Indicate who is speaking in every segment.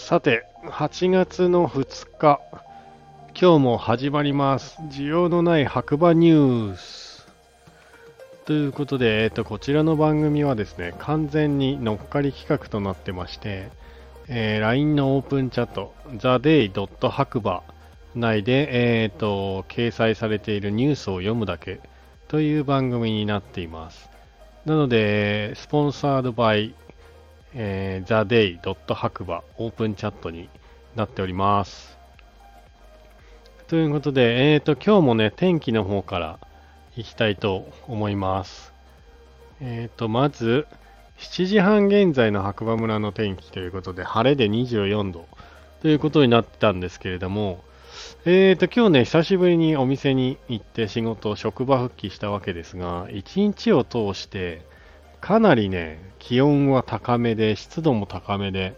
Speaker 1: さて、8月の2日、今日も始まります。需要のない白馬ニュース。ということで、こちらの番組はですね、完全に乗っかり企画となってまして、LINE のオープンチャット、theday. 白馬内で、掲載されているニュースを読むだけという番組になっています。なので、スポンサードバイtheday. 白馬オープンチャットになっております。ということで、今日もね、天気の方からいきたいと思います。まず、7時半現在の白馬村の天気ということで、晴れで24度ということになってたんですけれども、今日ね、久しぶりにお店に行って職場復帰したわけですが、一日を通して、かなりね、気温は高めで、湿度も高めで、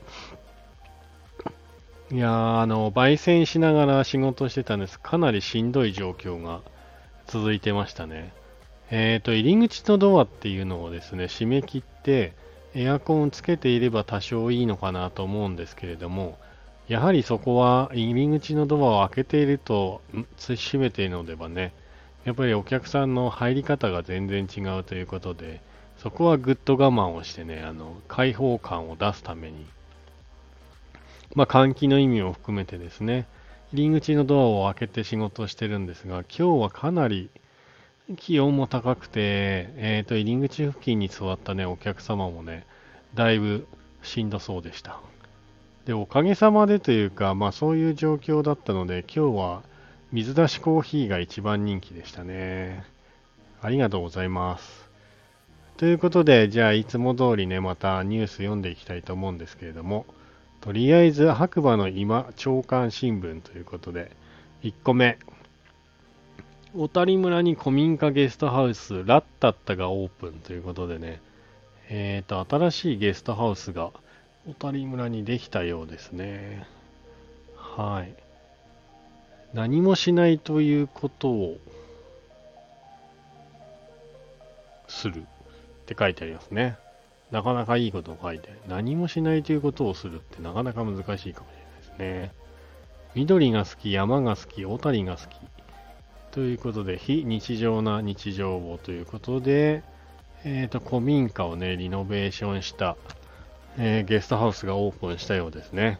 Speaker 1: いやー、焙煎しながら仕事してたんです。かなりしんどい状況が続いてましたね。入り口のドアっていうのをですね、閉め切って、エアコンをつけていれば多少いいのかなと思うんですけれども、やはりそこは入り口のドアを開けていると、閉めているのではね、やっぱりお客さんの入り方が全然違うということで、そこはぐっと我慢をしてね、開放感を出すために、換気の意味を含めてですね、入り口のドアを開けて仕事をしてるんですが、今日はかなり気温も高くて、入り口付近に座ったね、お客様もね、だいぶしんどそうでした。で、おかげさまでというか、そういう状況だったので、今日は水出しコーヒーが一番人気でしたね。ありがとうございます。ということで、じゃあいつも通りね、またニュース読んでいきたいと思うんですけれども、とりあえず白馬の今朝刊新聞ということで、1個目、小谷村に古民家ゲストハウスラッタッタがオープンということでね、新しいゲストハウスが小谷村にできたようですね。はい。何もしないということをするって書いてありますね。なかなかいいことを書いてある。何もしないということをするってなかなか難しいかもしれないですね。緑が好き、山が好き、小谷が好き。ということで、非日常な日常をということで、古民家をね、リノベーションした、ゲストハウスがオープンしたようですね。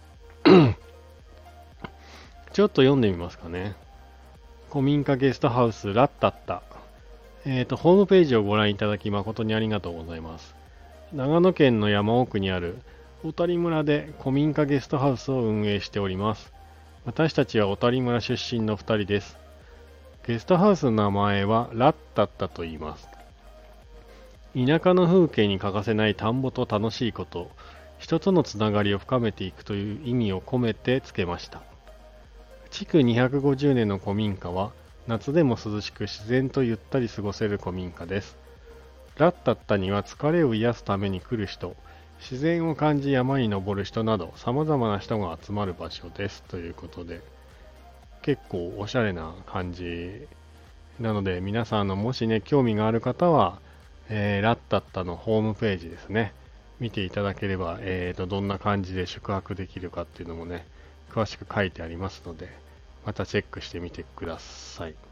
Speaker 1: ちょっと読んでみますかね。古民家ゲストハウスラッタッタ。ホームページをご覧いただき誠にありがとうございます。長野県の山奥にある小谷村で古民家ゲストハウスを運営しております。私たちは小谷村出身の2人です。ゲストハウスの名前はラッタッタと言います。田舎の風景に欠かせない田んぼと楽しいこと、人とのつながりを深めていくという意味を込めてつけました。築250年の古民家は、夏でも涼しく自然とゆったり過ごせる古民家です。ラッタッタには疲れを癒すために来る人、自然を感じ山に登る人など様々な人が集まる場所ですということで、結構おしゃれな感じなので、皆さんもしね興味がある方は、ラッタッタのホームページですね、見ていただければ、どんな感じで宿泊できるかっていうのもね詳しく書いてありますので、またチェックしてみてください。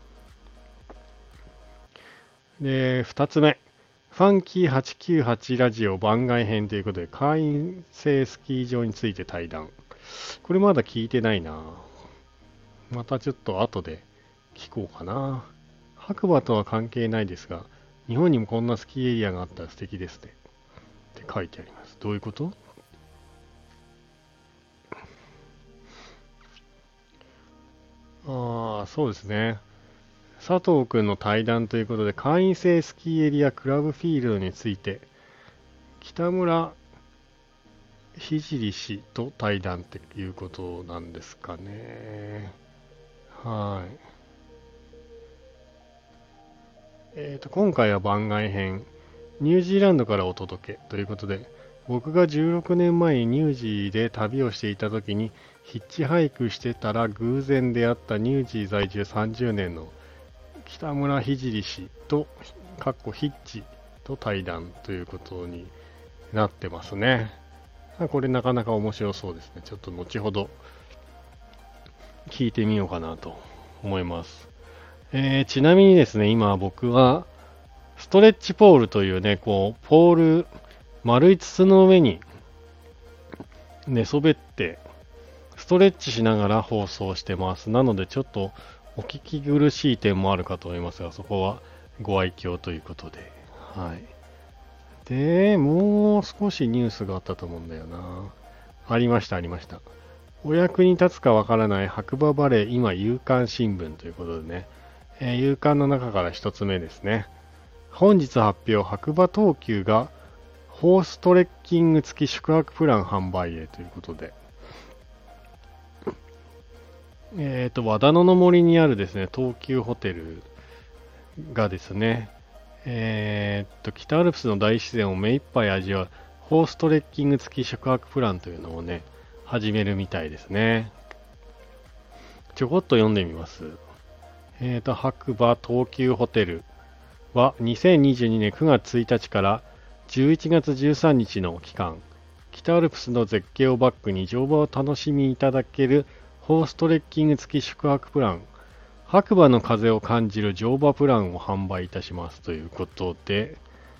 Speaker 1: で、2つ目、ファンキー898ラジオ番外編ということで、会員制スキー場について対談。これまだ聞いてないな。またちょっと後で聞こうかな。白馬とは関係ないですが、日本にもこんなスキーエリアがあったら素敵ですね。って書いてあります。どういうこと？そうですね。佐藤くんの対談ということで、会員制スキーエリアクラブフィールドについて、北村聖氏と対談っていうことなんですかね。はい。今回は番外編、ニュージーランドからお届けということで、僕が16年前にニュージーで旅をしていた時にヒッチハイクしてたら偶然出会ったニュージー在住30年の北村聖氏と、ヒッチと対談ということになってますね。 これなかなか面白そうですね。ちょっと後ほど聞いてみようかなと思います。ちなみにですね、今僕はストレッチポールというね、こう、ポール、丸い筒の上に寝そべって、ストレッチしながら放送してます。なのでちょっとお聞き苦しい点もあるかと思いますが、そこはご愛嬌ということで。はい。で、もう少しニュースがあったと思うんだよな。ありました、ありました。お役に立つかわからない白馬バレー今夕刊新聞ということでね、夕刊の中から一つ目ですね。本日発表、白馬東急がホーストレッキング付き宿泊プラン販売へということで、和田野の森にあるですね、東急ホテルがですね、北アルプスの大自然を目いっぱい味わうホーストレッキング付き宿泊プランというのをね、始めるみたいですね。ちょこっと読んでみます。白馬東急ホテルは2022年9月1日から11月13日の期間、北アルプスの絶景をバックに乗馬を楽しみいただけるホーストレッキング付き宿泊プラン、白馬の風を感じる乗馬プランを販売いたしますということで、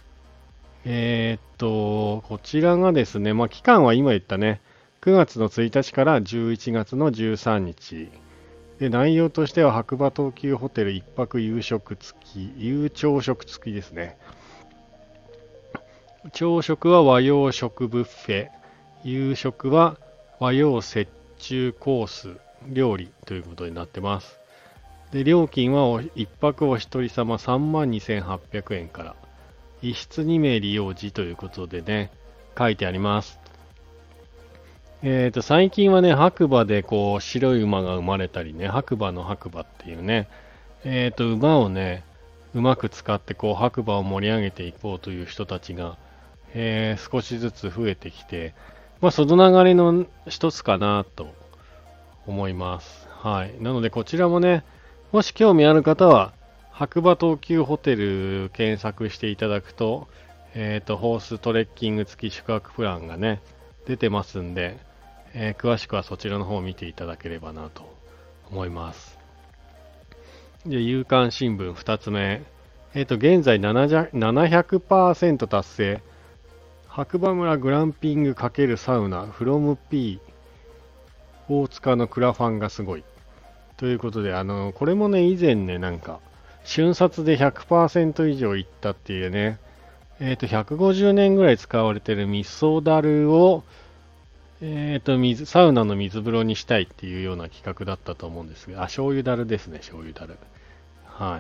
Speaker 1: こちらがですね、期間は今言ったね、9月の1日から11月の13日。で、内容としては白馬東急ホテル1泊夕食付き、夕朝食付きですね。朝食は和洋食ブッフェ、夕食は和洋折衷コース料理ということになってます。で、料金は1泊お一人様32,800円から、1室2名利用時ということでね、書いてあります。最近はね、白馬でこう白い馬が生まれたりね、白馬の白馬っていうね、馬をね、うまく使ってこう白馬を盛り上げていこうという人たちが、少しずつ増えてきて、その流れの一つかなと思います。はい。なのでこちらもね、もし興味ある方は、白馬東急ホテル検索していただくと、ホーストレッキング付き宿泊プランがね、出てますんで、詳しくはそちらの方を見ていただければなと思います。で、夕刊新聞2つ目。現在700% 達成。白馬村グランピング×サウナ from P 大塚のクラファンがすごい。ということで、これもね、以前ね、瞬殺で 100% 以上いったっていうね、150年ぐらい使われてる味噌だるを、サウナの水風呂にしたいっていうような企画だったと思うんですが、醤油だるですね、醤油だる。はい。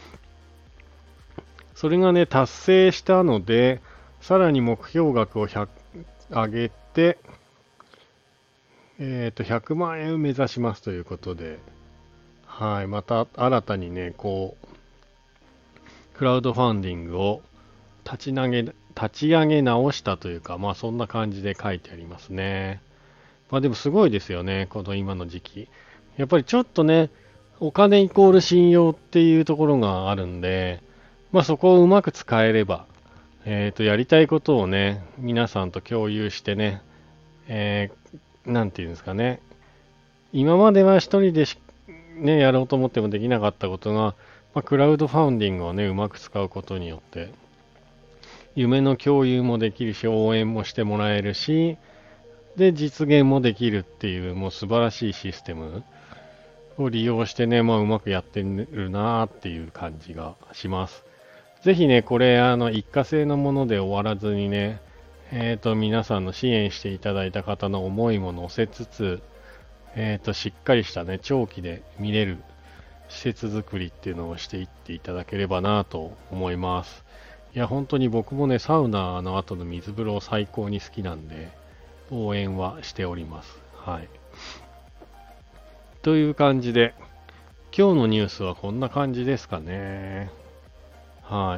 Speaker 1: それがね、達成したので、さらに目標額を上げて、100万円を目指しますということで、はい。また新たにね、こう、クラウドファンディングを立ち上げ直したというか、そんな感じで書いてありますね。でもすごいですよね、この今の時期。やっぱりちょっとね、お金イコール信用っていうところがあるんで、そこをうまく使えれば、やりたいことをね、皆さんと共有してね、なんていうんですかね、今までは一人でね、やろうと思ってもできなかったことが、クラウドファウンディングをね、うまく使うことによって、夢の共有もできるし、応援もしてもらえるし、で、実現もできるっていう、もう素晴らしいシステムを利用してね、うまくやってるなーっていう感じがします。ぜひね、これ、一過性のもので終わらずにね、皆さんの支援していただいた方の思いも乗せつつ、しっかりしたね、長期で見れる施設作りっていうのをしていっていただければなと思います。いや、本当に僕もね、サウナの後の水風呂最高に好きなんで、応援はしております。はい。という感じで、今日のニュースはこんな感じですかね。はい。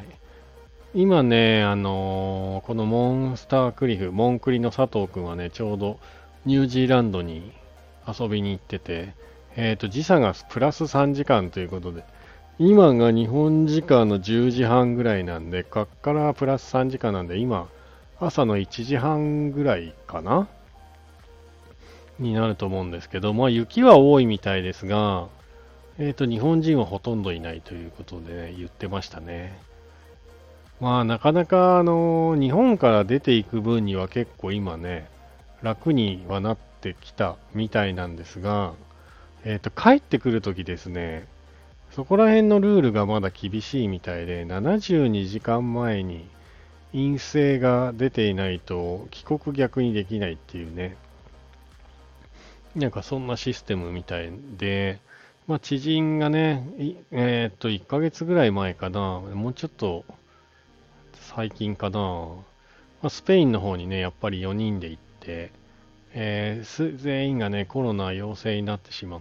Speaker 1: 今ね、このモンスタークリフ、モンクリの佐藤くんはね、ちょうどニュージーランドに遊びに行ってて、時差がプラス3時間ということで、今が日本時間の10時半ぐらいなんで、かっからプラス3時間なんで、今、 朝の1時半ぐらいかなになると思うんですけど、まあ雪は多いみたいですが、日本人はほとんどいないということで、ね、言ってましたね。まあなかなか日本から出ていく分には結構今ね、楽にはなってきたみたいなんですが、帰ってくるときですね、そこら辺のルールがまだ厳しいみたいで、72時間前に陰性が出ていないと帰国逆にできないっていうね、なんかそんなシステムみたいで、まあ知人がね、1ヶ月ぐらい前かな、もうちょっと最近かな、まあ、スペインの方にね、やっぱり4人で行って、全員がね、コロナ陽性になってしまって、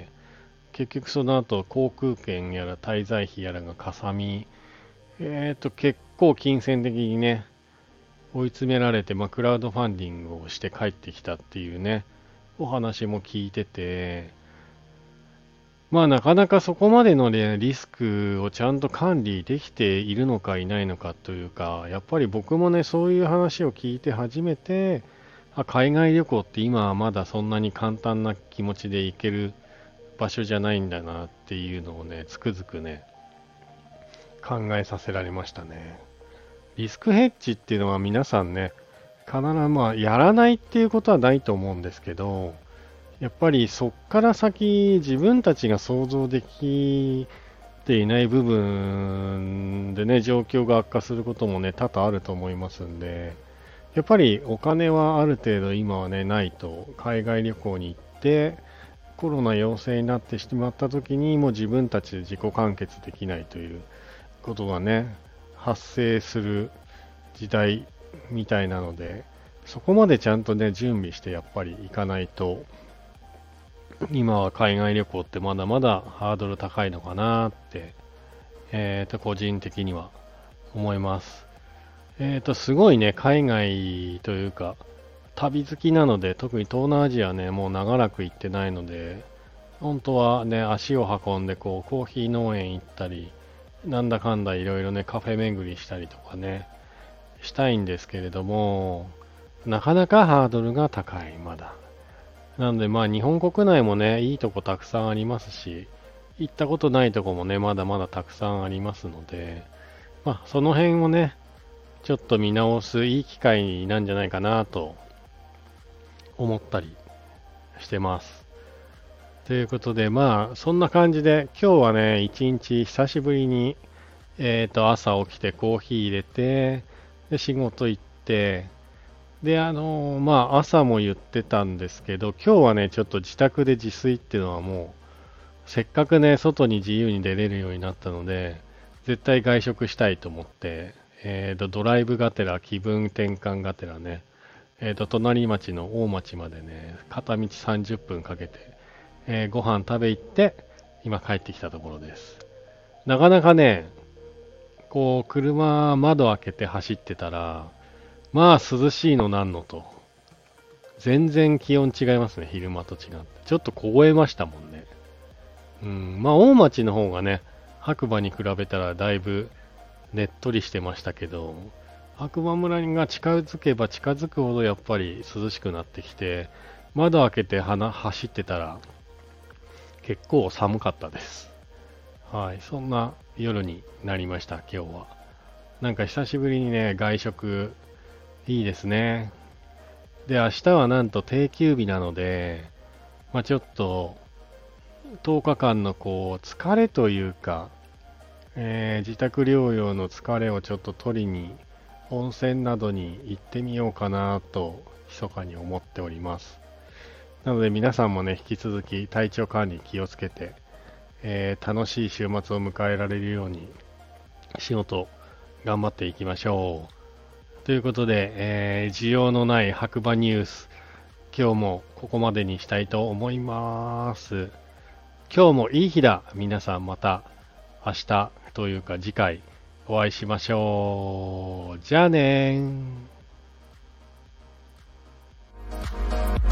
Speaker 1: 結局その後航空券やら滞在費やらがかさみ、結構金銭的にね、追い詰められて、まあ、クラウドファンディングをして帰ってきたっていうね、お話も聞いてて、まあなかなかそこまでのね、リスクをちゃんと管理できているのかいないのかというか、やっぱり僕もね、そういう話を聞いて初めて、海外旅行って今はまだそんなに簡単な気持ちで行ける場所じゃないんだなっていうのをね、つくづくね、考えさせられましたね。リスクヘッジっていうのは皆さんね、必ずまあやらないっていうことはないと思うんですけど、やっぱりそっから先自分たちが想像できていない部分でね、状況が悪化することもね、多々あると思いますんで、やっぱりお金はある程度今はね、ないと海外旅行に行ってコロナ陽性になってしまった時にもう自分たちで自己完結できないということがね、発生する時代みたいなので、そこまでちゃんとね、準備してやっぱり行かないと、今は海外旅行ってまだまだハードル高いのかなって、個人的には思います。すごいね、海外というか、旅好きなので、特に東南アジアね、もう長らく行ってないので、本当はね、足を運んで、こう、コーヒー農園行ったり、なんだかんだいろいろね、カフェ巡りしたりとかね、したいんですけれども、なかなかハードルが高い、まだ。なので、まあ、日本国内もね、いいとこたくさんありますし、行ったことないとこもね、まだまだたくさんありますので、まあ、その辺をね、ちょっと見直すいい機会なんじゃないかなと思ったりしてます。ということで、まあ、そんな感じで、今日はね、一日久しぶりに、朝起きてコーヒー入れて、で、仕事行って、で、まあ、朝も言ってたんですけど、今日はね、ちょっと自宅で自炊っていうのはもう、せっかくね、外に自由に出れるようになったので、絶対外食したいと思って、ドライブがてら、気分転換がてらね、隣町の大町までね、片道30分かけて、ご飯食べ行って、今帰ってきたところです。なかなかね、こう、車窓開けて走ってたら、まあ涼しいのなんのと。全然気温違いますね、昼間と違って。ちょっと凍えましたもんね。うん、まあ大町の方がね、白馬に比べたらだいぶねっとりしてましたけど、白馬村が近づけば近づくほどやっぱり涼しくなってきて、窓開けて走ってたら結構寒かったです。はい、そんな夜になりました、今日は。なんか久しぶりにね、外食いいですね。で、明日はなんと定休日なので、まあちょっと10日間のこう疲れというか、自宅療養の疲れをちょっと取りに温泉などに行ってみようかなと密かに思っております。なので皆さんもね、引き続き体調管理気をつけて、楽しい週末を迎えられるように仕事頑張っていきましょう。ということで、需要のない白馬ニュース、今日もここまでにしたいと思います。今日もいい日だ。皆さんまた明日というか次回お会いしましょう。じゃあねー。